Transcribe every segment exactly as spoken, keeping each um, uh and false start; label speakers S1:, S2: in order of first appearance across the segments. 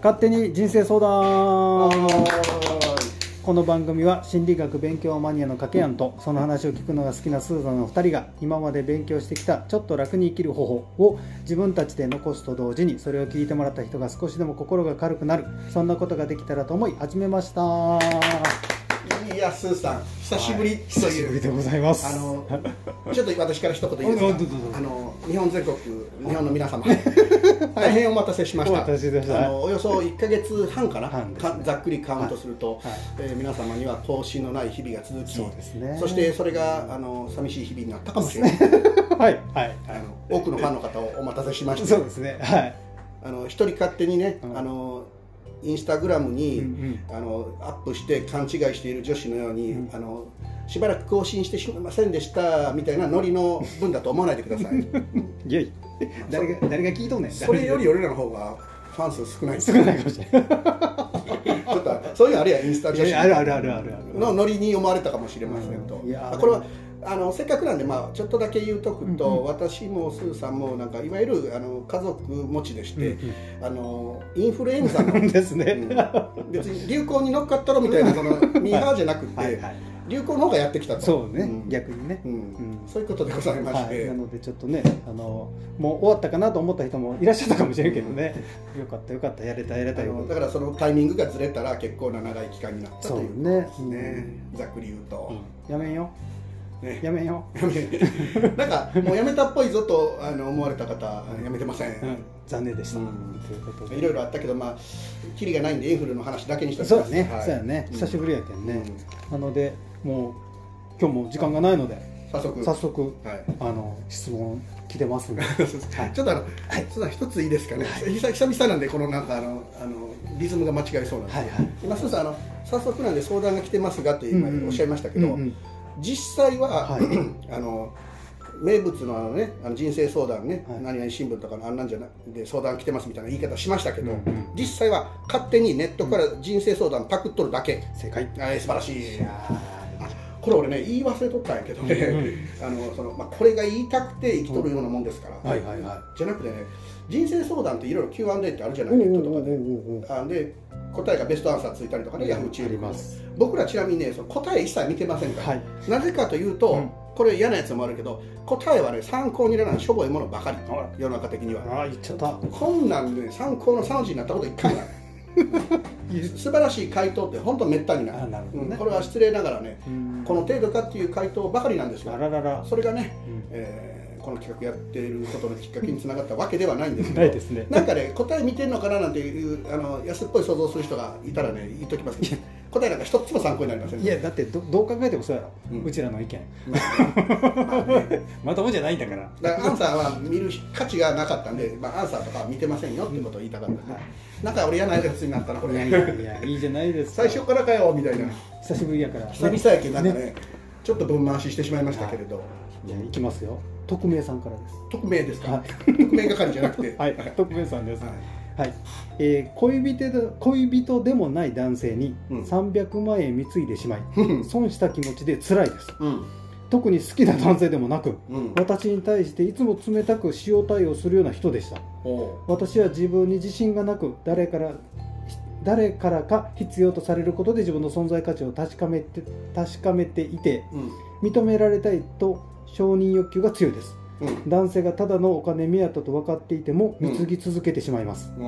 S1: 勝手に人生相談。この番組は心理学勉強マニアのかけやんとその話を聞くのが好きなスーザンのふたりが今まで勉強してきたちょっと楽に生きる方法を自分たちで残すと同時にそれを聞いてもらった人が少しでも心が軽くなる、そんなことができたらと思い始めました。
S2: いや、スーさん久しぶりという、はい、
S1: 久しぶりでございます。
S2: あのちょっと私から一言いいですか。あの日本全国日本の皆様大変お待たせしました。あのおよそいっかげつはんかな、かざっくりカウントすると、はいえー、皆様には更新のない日々が続き、そうですね、そしてそれがあの寂しい日々になったかもしれないはい、はい、あの多くのファンの方をお待たせしましたそうですね、はい、あの一人勝手にね、うん、あのインスタグラムに、うんうん、あのアップして勘違いしている女子のように、うん、あのしばらく更新してしまいませんでしたみたいなノリの文だと思わないでください。
S1: いやいや誰が誰が聞いとんねん。
S2: それより俺らの方がファン数少ない
S1: 少ないかもしれない。ち
S2: ょっとそういうのあるやん、インスタ女子
S1: あるあるあるある
S2: のノリに思われたかもしれませんと。いやこれはあのせっかくなんで、まあ、ちょっとだけ言うとくと、うんうん、私もスーさんもなんかいわゆるあの家族持ちでして、うんうん、あのインフルエンザの
S1: ですね、
S2: うん、別に流行に乗っかったろみたいなそのミーハーじゃなくて、はいはいはい、流行の方がやってきたと。
S1: そうね、うん、逆にね、うん
S2: うん、そういうことでございまして、はい、
S1: なのでちょっとねあのもう終わったかなと思った人もいらっしゃったかもしれんけどね、うん、よかったよかったやれたやれたよ。
S2: だからそのタイミングがずれたら結構な長い期間になったということですね、うん、ざっくり言うと、
S1: うん、やめんよね、やめよ
S2: やめなんかもうやめたっぽいぞとあの思われた方やめてません、うん、
S1: 残念でした、うん、
S2: ということでいろいろあったけど、まあキリがないんでインフルの話だけにして
S1: そうだね、はい、そうやね、久しぶりやけんね、うん、なのでもう今日も時間がないので
S2: 早速
S1: 早速、はい、あの質問来てますんではい、
S2: ちょっとあの、はい、ちょっと一ついいですかね、はい、久々なんでこのなんかあのあのリズムが間違いそうなんですけど、はいはい、今すぐさんあの早速なんで相談が来てますがと今おっしゃいましたけど、うんうんうん、実際は、はい、あの名物のあの、ね、あの人生相談ね、はい、何々新聞とかのあんなんじゃなで相談来てますみたいな言い方しましたけど、うんうん、実際は勝手にネットから人生相談パクっとるだけ、うん、正解、あ素晴らしい。これ俺ね言い忘れとったんやけどね、うんうん、あのそのまあ、これが言いたくて生きとるようなもんですから、うんはいはいはい、じゃなくてね人生相談っていろいろ キューアンドエー ってあるじゃないネットとかで、あで答えがベストアンサーついたりとかね、ヤフーチューブ僕らちなみにねその答え一切見てませんから、はい、なぜかというと、うん、これ嫌なやつもあるけど答えはね参考にならないしょぼいものばかり、うん、世の中的には
S1: あ言っちゃった
S2: こんなんね参考のさの字になったこと一回ない素晴らしい回答って本当めったにない、ねうん、これは失礼ながらねこの程度かっていう回答ばかりなんですよ。あらららそれがね、うんえー、この企画やっていることのきっかけにつながったわけではないんですけどないですね、なんかね答え見てんのかななんていうあの安っぽい想像する人がいたらね言っときますけど答えなんか一つも参考になりません、ね、
S1: いやだって ど, どう考えてもそうやろ、うん、うちらの意見まともじゃないんだから
S2: だからアンサーは見る価値がなかったんで、まあ、アンサーとかは見てませんよってことを言いたかったんで、うんはい、なんか俺嫌なやつになったなこれ。いやいやいや
S1: いいじゃないですか
S2: 最初からかよみたいな、
S1: 久しぶりやから
S2: 久々やけどなんかね、ねちょっと分回ししてしまいましたけれど、
S1: じゃあいきますよ。匿名さんからです。
S2: 匿名ですか、はい、匿名係じゃなくて
S1: はい匿名さんです、はいはいえー、恋人で恋人でもない男性にさんびゃくまんえん貢いでしまい、うん、損した気持ちで辛いです、うん、特に好きな男性でもなく、うん、私に対していつも冷たく塩対応するような人でした。私は自分に自信がなく誰から誰からか必要とされることで自分の存在価値を確かめて確かめていて、うん、認められたいと承認欲求が強いです、うん、男性がただのお金目当てと分かっていても貢ぎ続けてしまいます、うん、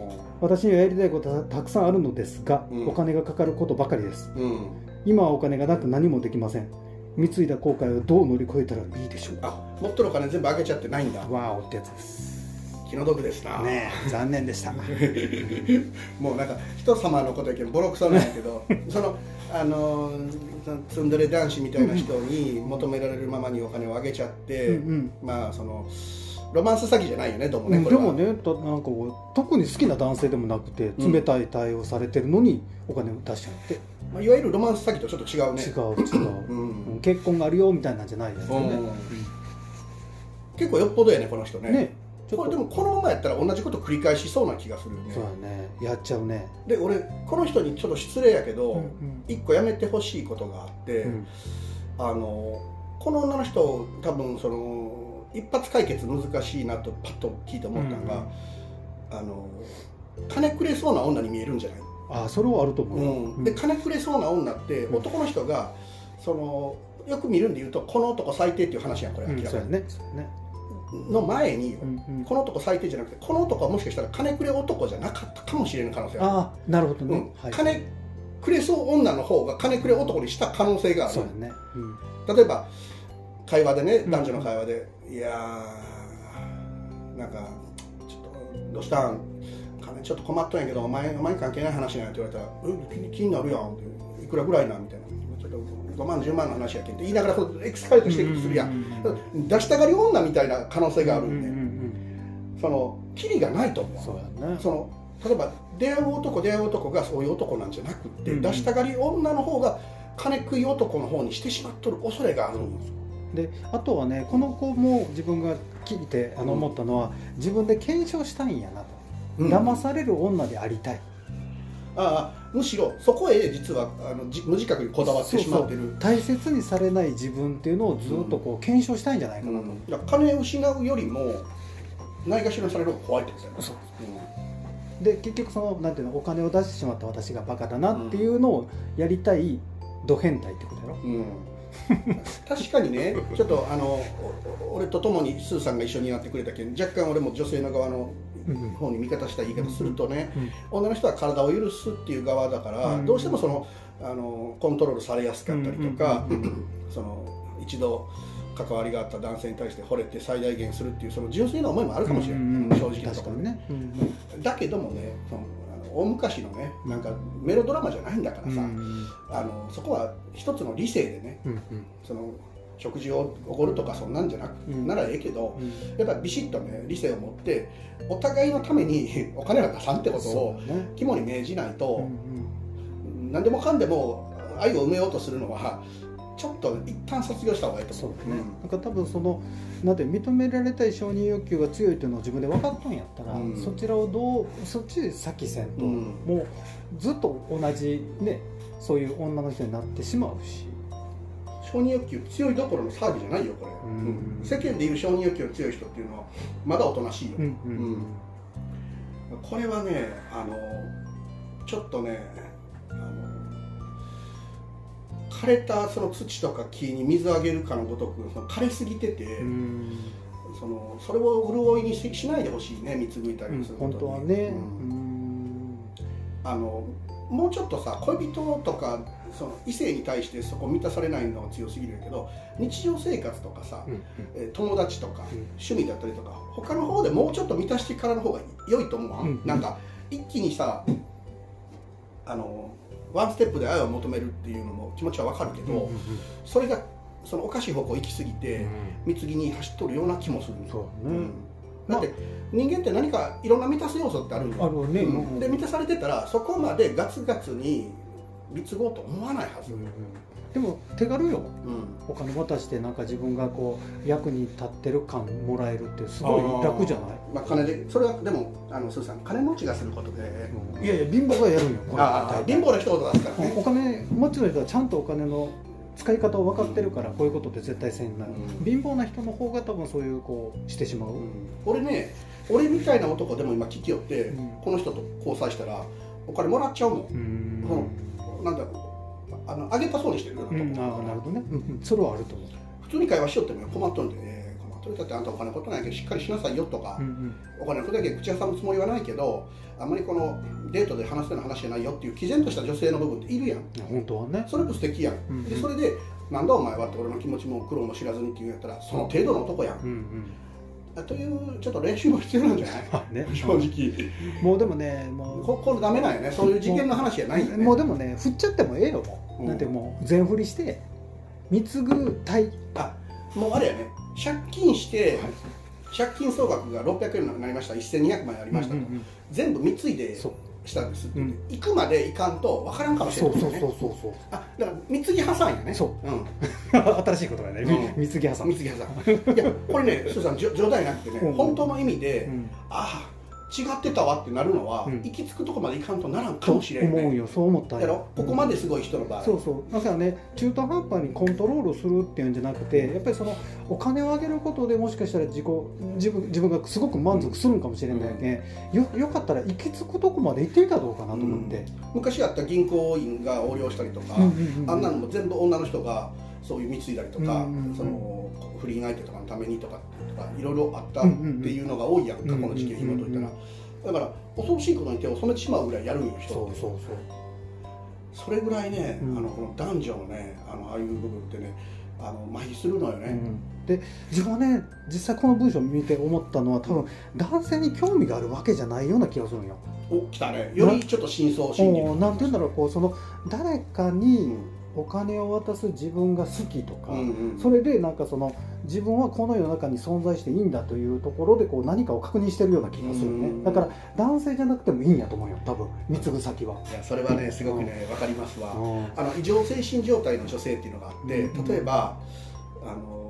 S1: 私にはやりたいことはたくさんあるのですが、うん、お金がかかることばかりです、うん、今はお金がなく何もできません。貢いだ後悔をどう乗り越えたらいいでしょうか。
S2: あ、持ってるお金全部あげちゃってないんだ。
S1: わーおってやつです。
S2: 気の毒ですな。
S1: ねえ、残念でした。
S2: もうなんか人様のことやけどボロクソなんやけど、そのあのツンデレ男子みたいな人に求められるままにお金をあげちゃって、うんうん、まあそのロマンス詐欺じゃないよね、どうもね。これは
S1: でもね、なんか特に好きな男性でもなくて冷たい対応されてるのにお金を出しちゃって。
S2: まあ、いわゆるロマンス詐欺とちょっと違うね。
S1: 違う違う、うん、結婚があるよみたいなんじゃないですよね、うん、
S2: 結構よっぽどやねこの人ね。ねこれでもこのままやったら同じこと繰り返しそうな気がするよね。
S1: そうだね、やっちゃうね。
S2: で俺この人にちょっと失礼やけど、うんうん、一個やめてほしいことがあって、うん、あのこの女の人多分その一発解決難しいなとパッと聞いて思ったのが、うんうん、あの金くれそうな女に見えるんじゃない？
S1: ああ、それはあると思う、
S2: うん、で金くれそうな女って男の人がそのよく見るんで言うとこの男最低っていう話やんこれ明らかに、うん、ねねの前に、うんうん、この男最低じゃなくてこの男はもしかしたら金くれ男じゃなかったかもしれない可能性がある。
S1: ああ、なるほどね、
S2: うんはい、金くれそう女の方が金くれ男にした可能性がある。
S1: そうだね、うん、
S2: 例えば会話でね男女の会話で、うん、いやーなんかちょっとどうしたん金ちょっと困っとんやけどお前お前に関係ない話なんやって言われたらえ気になるやんっていくらぐらいなみたいなちょっとごまんじゅうまんの話やけんって言いながらエクスカレートしていくとするやん。出したがり女みたいな可能性があるんで、うんうんうん、そのキリがないと思う。そうやね、その例えば出会う男出会う男がそういう男なんじゃなくって、うんうん、出したがり女の方が金食い男の方にしてしまっとる恐れがあるんですよ。
S1: であとはねこの子も自分が聞いてあの思ったのは、うん、自分で検証したいんやなと、うん、騙される女でありたい。
S2: ああむしろそこへ実はあの無自覚にこだわってしまってる。そうそう
S1: 大切にされない自分っていうのをずっとこう検証したいんじゃないかなと、うん、
S2: だから金を失うよりもないがしろにされる方が怖いってことだよね。そう、
S1: うん、で結局そのなんていうのお金を出してしまった私がバカだなっていうのをやりたいド変態ってことやろ、うん
S2: 確かにねちょっとあの俺と共にスーさんが一緒になってくれたけど若干俺も女性の側の方に味方した言い方するとね、うんうん、女の人は体を許すっていう側だから、うん、どうしてもそのあのコントロールされやすかったりとか、うんうんうん、その一度関わりがあった男性に対して惚れて最大限するっていうその純粋な思いもあるかもしれない、うんうん、正直なところね、うんうん、だけどもねその大昔のねなんかメロドラマじゃないんだからさ、うん、あのそこは一つの理性でね、うんうん、その食事をおごるとかそんなんじゃなく、うん、ならええけど、うん、やっぱりビシッとね理性を持ってお互いのためにお金は出さんってことを肝に銘じないと、うんうん、何でもかんでも愛を埋めようとするのはちょっと一旦卒業した方がいいと思う。そうね、
S1: なんか多分そのなんて認められたい承認欲求が強いというのを自分で分かっとんやったら、うん、そちらをどうそっちで先せんと、うん、もうずっと同じねそういう女の人になってしまうし。
S2: 承認欲求強いどころの騒ぎじゃないよこれ、うんうん、世間でいう承認欲求の強い人っていうのはまだおとなしいよ、うんうんうん、これはねあのちょっとねあの枯れたその土とか木に水あげるかのごとくその枯れすぎてて、うん、そのそれを潤いに し, しないでほしいね貢いたりすることに、うん、本当はね、うん、あのもうちょっとさ恋人とかその異性に対してそこ満たされないのは強すぎるけど日常生活とかさ、うんうん、友達とか、うん、趣味だったりとか他の方でもうちょっと満たしてからの方が良いと思う、うんうん、なんか一気にさあのワンステップで愛を求めるっていうのも気持ちは分かるけど、うんうんうん、それがそのおかしい方向行き過ぎて、うん、貢ぎに走っとるような気もする。そうね、うんだって人間って何かいろんな満たす要素ってあるんだよ、ねうん、で満たされてたらそこまでガツガツに貢ごうと思わないはず、うんうん、
S1: でも手軽よ、うん、お金渡してなんか自分がこう役に立ってる感もらえるってすごい楽じゃない？
S2: まあ、金でそれはでもあのスーさん金持ちがすることで、
S1: うん、いやいや貧乏がやるんよこれ
S2: あ貧乏な一言だからね
S1: お金持ちの人はちゃんとお金の使い方を分かってるからこういうことって絶対せんなる、うん、貧乏な人の方が多分そういうこうしてしまう、うん、
S2: 俺ね俺みたいな男でも今聞きよって、うん、この人と交際したらお金もらっちゃうもん、うんうん、なんだろうあのあげたそうにしてるようなとこ、うん、あなるほどね、うん、それはあると思う。普通に会話しよっても困っとるんで、ね、困っとるだってあんたお金ことないけどしっかりしなさいよとか、うんうん、お金のことだけ口挟むつもりはないけどあんまりこのデートで話すような話じゃないよっていう毅然とした女性の部分っているやん。
S1: 本当はね
S2: それも素敵やん、うんうん、でそれでなんだお前はって俺の気持ちも苦労も知らずにって言うんやったらその程度の男やん、うんうん、というちょっと練習も必要なんじゃない、ね、正直
S1: もうでもねもう
S2: こ, これダメなんよねそういう事件の話じゃないんよね。
S1: もうでもね振っちゃってもええよもう、うん、なんてもう全振りして貢ぐたい
S2: あもうあれやね借金して、はい、借金総額がろっぴゃくえんになりましたせんにひゃくまんありましたと、うんうんうん、全部貢いでしたんですって、うん、行くまで行かんと分からんかもしれない、ね、そうそうそうそうあだから貢ぎ破産やねそう、うん、
S1: 新しいことがね、うん、貢ぎ破産
S2: 貢ぎ破産いやこれねスーさん冗談なくてね、うん、本当の意味で、うん、ああ違ってたわってなるのは、うん、行き着くとこまでいかんとならんかもしれんね。
S1: 思うよ、そう思ったんや
S2: ろ。ここまですごい人の場合、
S1: うん、そうそうだからね、中途半端にコントロールするっていうんじゃなくて、やっぱりそのお金をあげることでもしかしたら自己自分自分がすごく満足するんかもしれないけ、うん、よ, よかったら行き着くとこまで行ってみたらどうかなと思って、うん、
S2: 昔あった銀行員が横領したりとか、うんうんうんうん、あんなのも全部女の人がそういう貢いだりとか、うんうんうん、その不倫相手とかのためにとかいろいろあったっていうのが多いやんか、うんうんうん、この事件紐解いたら、だから恐ろしいことに手を染めてしまうぐらいやるんよ人。
S1: そうそうそう。
S2: それぐらいね、うん、あのこの男女のね、あのああいう部分ってね、あの麻痺するのよね。うん、
S1: で自分はね、実際この文章を見て思ったのは、多分男性に興味があるわけじゃないような気がするんよ。
S2: お、来たね。よりちょっと深層心理。
S1: なんて言うんだろう、こうその誰かにお金を渡す自分が好きとか、うんうん、それでなんかその自分はこの世の中に存在していいんだというところでこう何かを確認してるような気がするね、うん、だから男性じゃなくてもいいんやと思うよ、多分貢ぐ先は。
S2: いや、それはね、すごくね、分かりますわ。あの異常精神状態の女性っていうのがあって、例えばあの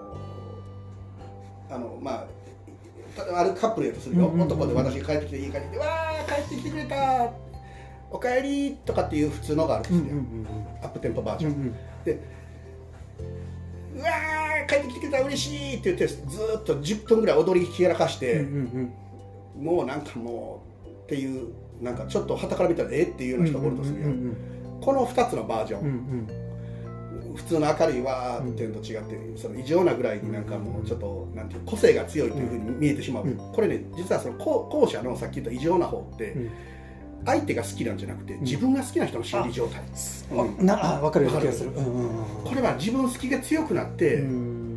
S2: あのまああるカップルやとするよ、うんうんうん、男で私が帰ってきて家帰ってきて、わー帰ってきてくれたおかえりとかっていう普通のがあるんですよ、うんうんうん、アップテンポバージョン、うんうん、でうわー帰ってきてくれた嬉しいって言ってずっとじゅっぷんぐらい踊りひらかして、うんうんうん、もうなんかもうっていうなんかちょっと傍から見たらえっていうような人がおるとするよ、うんうんうんうん、このふたつのバージョン、うんうん、普通の明るいわーっていうのと違って、うん、その異常なぐらいになんかもうちょっとなんていう個性が強いというふうに見えてしまう、うん、これね実はその後者のさっき言った異常な方って、うん、相手が好きなんじゃなくて自分が好きな人の心理状態、
S1: うん、なあ分かるような気がする、
S2: うんうんうん、これは自分好きが強くなって、うん、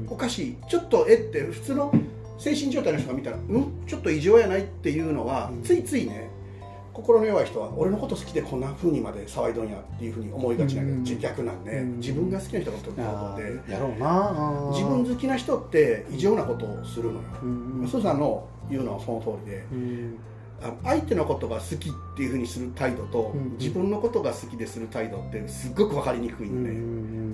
S2: おかしいちょっとえって普通の精神状態の人が見たらんちょっと異常やないっていうのは、うん、ついついね心の弱い人は俺のこと好きでこんな風にまで騒いどんやっていう風に思いがちなけど、うん、逆なんで、うん、自分が好きな人がとることで
S1: やろうな
S2: 自分好きな人って異常なことをするのよ、うんうん、スーさんの言うのはその通りで、うん相手のことが好きっていうふうにする態度と、うん、自分のことが好きでする態度ってすっごく分かりにくいんで、うん、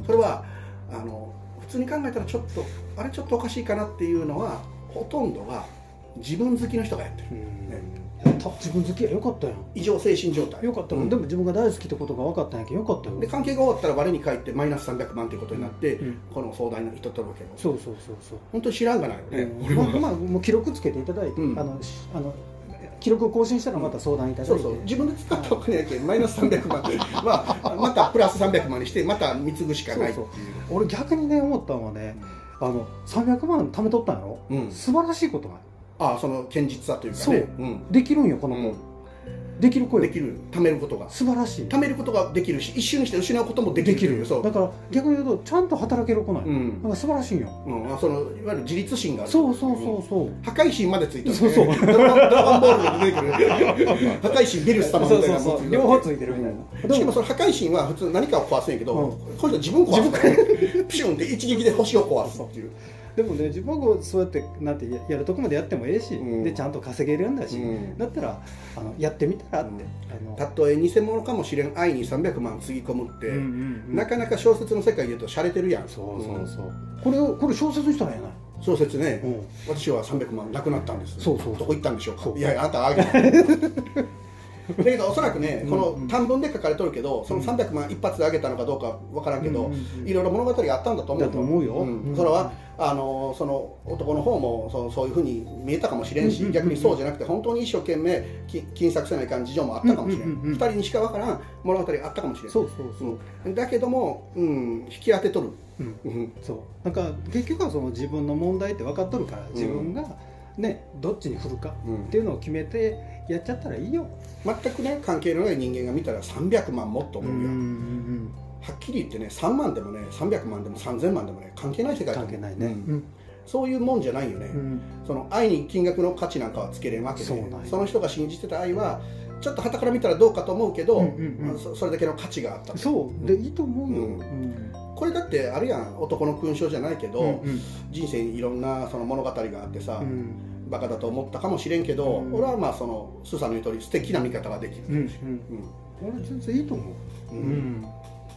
S2: それはあの普通に考えたらちょっとあれちょっとおかしいかなっていうのはほとんどが自分好きの人がやってる、うんね、
S1: やった自分好きやよかったよ
S2: 異常精神状態
S1: よかった、うん、でも自分が大好きってことが分かったんやけどよかったよ
S2: で関係が終わったら我に返ってマイナスさんびゃくまんということになって、うん、この壮大な人とるわけよ
S1: そうそうそうそう
S2: 本当に知らんがないよね、
S1: うん、まあ、まあ、もう記録つけていただいて、うん、あのあの記録を更新したらまた相談いただいて、うん、そうそう
S2: 自分で使ったお金やけんマイナスさんびゃくまんで、まあ、またプラスさんびゃくまんにしてまた貢ぐしかないっていうそう
S1: そう俺逆にね思ったのはね、うん、あのさんびゃくまん貯めとったんやろ、うん、素晴らしいことが
S2: ああその堅実さというかね
S1: そう、うん、できるんよこの子、うんできる声
S2: できる貯めることが
S1: 素晴らしい
S2: 貯めることができるし一瞬にして失うこともできるできる
S1: そうだから逆に言うとちゃんと働ける子なんよ、うん、だから素晴らしいんよ、
S2: うん、そのいわゆる自立心がある
S1: そうそうそうそう、うん、
S2: 破壊神までついてる、ね、
S1: そうそうド
S2: ラゴンボールで出てくる破壊神ビルス様みたいな
S1: そうそうそう両方ついてるみたいな、
S2: うん、しかもその破壊神は普通何かを壊すんやけど、うん、これ自分壊すからピシュンって一撃で星を壊すっていう
S1: でもね自分がそうやってなんてやるとこまでやってもええし、うん、でちゃんと稼げるんだし、うん、だったらあのやってみたらって、
S2: うん、あのたとえ偽物かもしれん愛にさんびゃくまんつぎ込むって、うんうんうん、なかなか小説の世界で言うと洒落てるやん
S1: そうそうそう、うん、これをこれ小説にしたらええな
S2: 小説ね、うん、私はさんびゃくまんなくなったんです
S1: そうそうそう
S2: どこ行ったんでしょうかいやいやあなたあげただけどおそらくね、この短文で書かれとるけど、そのさんびゃくまん一発であげたのかどうかわからんけど、うんうんうん、いろいろ物語があったんだと思う
S1: だと思うよ、
S2: うん、それはあのその男の方もそそういうふうに見えたかもしれんし、うんうんうん、逆にそうじゃなくて本当に一生懸命金策せない感じ事情もあったかもしれん、うんうんうん、ふたりにしかわからん物語があったかもしれん
S1: そうそうそう、
S2: うん、だけども、うん、引き当てとる、
S1: うんうん、そうなんか結局はその自分の問題って分かっとるから自分が、ね、どっちに振るかっていうのを決めてやっちゃったらいいよ
S2: 全くね関係のない人間が見たらさんびゃくまんもっと思うよ、うんうんうん、はっきり言ってねさんまんでもねさんびゃくまんでもさんぜんまんでもね関係ない世界
S1: 関係ないね、うん、
S2: そういうもんじゃないよね、うん、その愛に金額の価値なんかはつけれんわけで そ, その人が信じてた愛はちょっと傍から見たらどうかと思うけど、うんうんうん、そ, それだけの価値があった
S1: そうでいいと思うよ、うんうん、
S2: これだってあるやん男の勲章じゃないけど、うんうん、人生にいろんなその物語があってさ、うんバカだと思ったかもしれんけど、うん、俺はまあそのスーさんの言う通り素敵な見方ができる、うんうん
S1: うん、俺全然いいと思う、うんうん、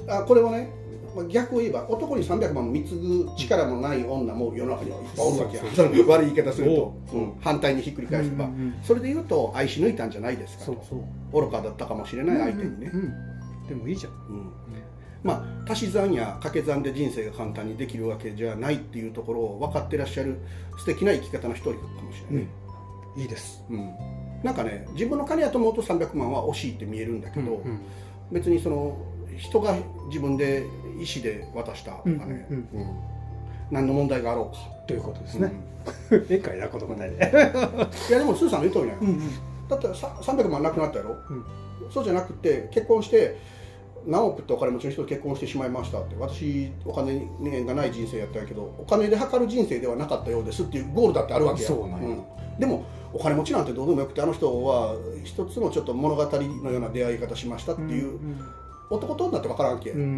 S2: あこれはね逆を言えば男にさんびゃくまんも貢ぐ力もない女も世の中にはいっぱいおるわけや。悪い言い方すると、うん、反対にひっくり返せば、うんうんうん、それで言うと愛し抜いたんじゃないですかと。そうそう愚かだったかもしれない相手にね、
S1: うんうんうん、でもいいじゃん、うん、
S2: まあ足し算や掛け算で人生が簡単にできるわけじゃないっていうところを分かってらっしゃる素敵な生き方の一人かもしれない、
S1: うん、いいです、
S2: うん、なんかね自分の金やと思うとさんびゃくまんは惜しいって見えるんだけど、うんうん、別にその人が自分で意思で渡したお金、うんうんうん、何の問題があろうか
S1: ということですね。えかいなことがないね。
S2: いやでもスーさんの言う通りなの、うんうん、だってさんびゃくまんなくなったやろ、うん、そうじゃなくて結婚して何億ってお金持ちの人と結婚してしまいましたって、私お金がない人生やったんやけどお金で測る人生ではなかったようですっていうゴールだってあるわけや。そうなんや、うん、でもお金持ちなんてどうでもよくてあの人は一つのちょっと物語のような出会い方しましたっていう、うんうん、男と女って分からんけ、うんうん、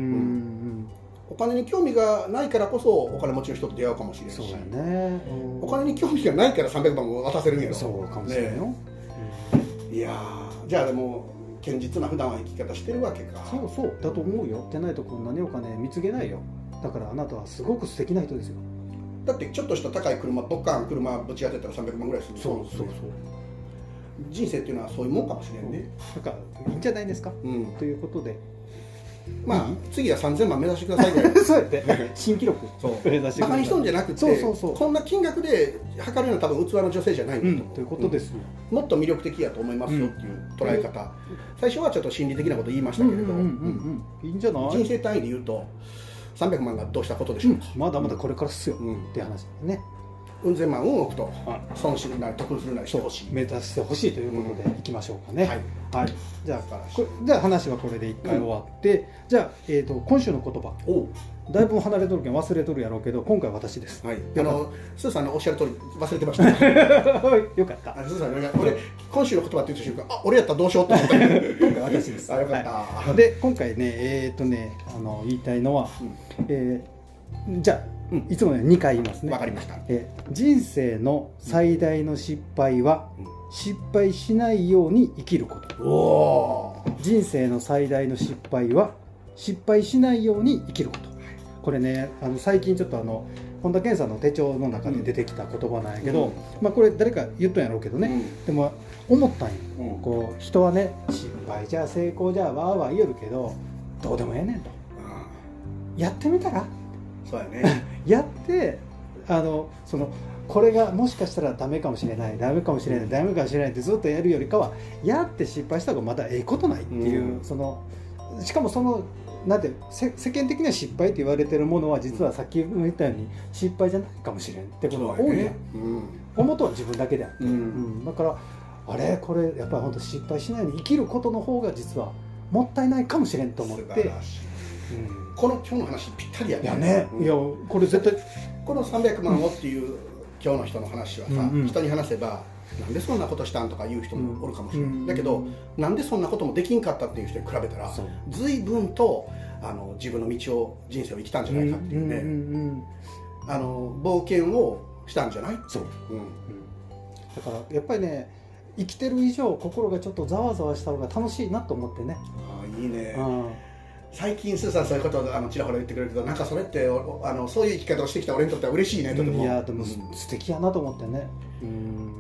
S2: お金に興味がないからこそお金持ちの人と出会うかもしれないし、そうだね、お金に興味がないからさんびゃくまんも渡せるんやろ。そうかもしれないよ、ね、いやじゃあでも堅実な普段は生き方してるわけか。
S1: そうそうだと思うよ。でないとこんなにお金見つけないよ。だからあなたはすごく素敵な人ですよ。
S2: だってちょっとした高い車ドッカン車ぶち当てたらさんびゃくまんぐらいする。そうそうそう、人生っていうのはそういうもんかもしれんね。
S1: なんかいいんじゃないですか、うん、ということで
S2: まあ、次はさんぜんまん目指してくださいぐらい。
S1: そうやって新記録
S2: 目指してください。バカにしとんじゃなくて、そうそうそう、こんな金額で測るような多分器の女性じゃないんだと思う、うん、
S1: ということですよ、
S2: うん、もっと魅力的やと思いますよっていう捉え方、うん、最初はちょっと心理的なこと言いましたけれど、
S1: いいんじゃない。
S2: 人生単位で言うとさんびゃくまんがどうしたことでしょうか、
S1: うん、まだまだこれからっすよ、うん、って話ね。
S2: うん千万運億と損するなり得するなりしてほしい、
S1: 目指してほしいということでいきましょうかね、はい、はい、じゃあこじゃあ話はこれでいっかい終わって、うん、じゃあ、えーと今週の言葉おだいぶ離れとるけん忘れとるやろうけど今回私です、
S2: はい、あのスーさんのおっしゃる通り忘れてました
S1: よかった。
S2: スーさん俺今週の言葉って言った瞬間あ俺やったらどうしようと思った今
S1: 回私です
S2: あよかった、
S1: はい、で今回ねえっ、ー、とねあの言いたいのは、うんえー、じゃあうん、いつもねにかい言いますね。
S2: わかりました。
S1: え人生の最大の失敗は、うん、失敗しないように生きること。お人生の最大の失敗は失敗しないように生きること。これねあの最近ちょっとあの本田健さんの手帳の中で出てきた言葉なんやけど、うん、まあこれ誰か言ったんやろうけどね、うん、でも思ったんよ、うん、こう人はね失敗じゃ成功じゃわーわー言えるけどどうでもええねんと、うん、やってみたら
S2: そうやね
S1: やってあのそのこれがもしかしたらダメかもしれないダメかもしれないダメかもしれないってずっとやるよりかはやって失敗した方がまだええことないっていう、うん、そのしかもそのなんて世間的には失敗って言われてるものは実はさっき言ったように失敗じゃないかもしれんってことが多いやん、ねうん、本当は自分だけであって、うんうん、だからあれこれやっぱり本当失敗しないように生きることの方が実はもったいないかもしれんと思って、うん、
S2: この今日の話ぴったりやね。
S1: いやね、うん、いやこれ絶対
S2: このさんびゃくまんをっていう、うん、今日の人の話はさ、うんうん、人に話せばなんでそんなことしたんとか言う人もおるかもしれない、うん、だけどなんでそんなこともできんかったっていう人に比べたら随分とあの自分の道を人生を生きたんじゃないかっていうね、うんうんうん、あの冒険をしたんじゃない。そう、うんうん、
S1: だからやっぱりね生きてる以上心がちょっとざわざわした方が楽しいなと思ってね。
S2: ああいいね、うん最近スーさんそういうことをあのちらほら言ってくれるけどなんかそれってあのそういう生き方をしてきた俺にとっては嬉しいねとても、
S1: うん、いやでも、うん、素敵やなと思ってね、うん、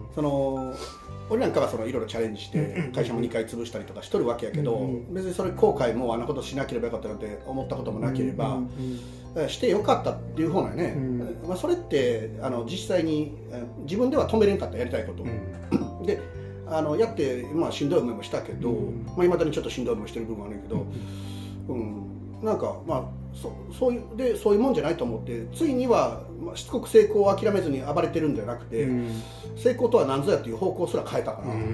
S2: その俺なんかはそのいろいろチャレンジして会社もにかい潰したりとかしとるわけやけど、うん、別にそれ後悔もあんなことしなければよかったなんて思ったこともなければ、うんうん、してよかったっていう方なんやね、うんまあ、それってあの実際に自分では止めれんかったやりたいこと、うん、であのやって、まあ、しんどい思いもしたけど、うんまあ、未だにちょっとしんどい思いしてる部分はあるけど、うんうん、なんかまあ そ, そういうでそういうもんじゃないと思ってついには、まあ、しつこく成功を諦めずに暴れてるんじゃなくて、うん、成功とは何ぞやっていう方向すら変えたから、うんうん、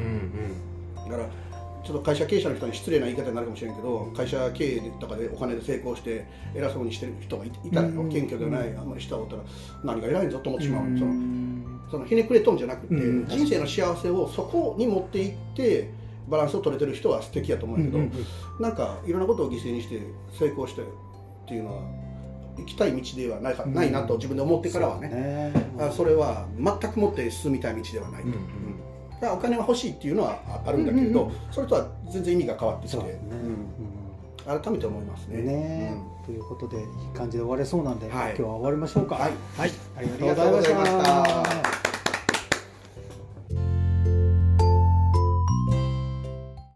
S2: だからちょっと会社経営者の人に失礼な言い方になるかもしれんけど会社経営とかでお金で成功して偉そうにしてる人が い, いたらよ、うん、謙虚ではないあんまり人がおったら何が偉いんぞと思ってしまう、うん、そのそのひねくれとんじゃなくて、うん、人生の幸せをそこに持っていってバランスを取れてる人は素敵やと思うんだけど、うんうんうん、なんかいろんなことを犠牲にして成功してっていうのは行きたい道ではないか、うん、ないなと自分で思ってからはね、ねうん、それは全くもって進みたい道ではないと、うんうん、だからお金は欲しいっていうのはあるんだけれど、うんうんうん、それとは全然意味が変わってきて、ねうん、 改めて思いますね。
S1: ね、うん、ということでいい感じで終われそうなんで、はい、今日は終わりましょうか。
S2: はい、
S1: はい、ありがとうございました。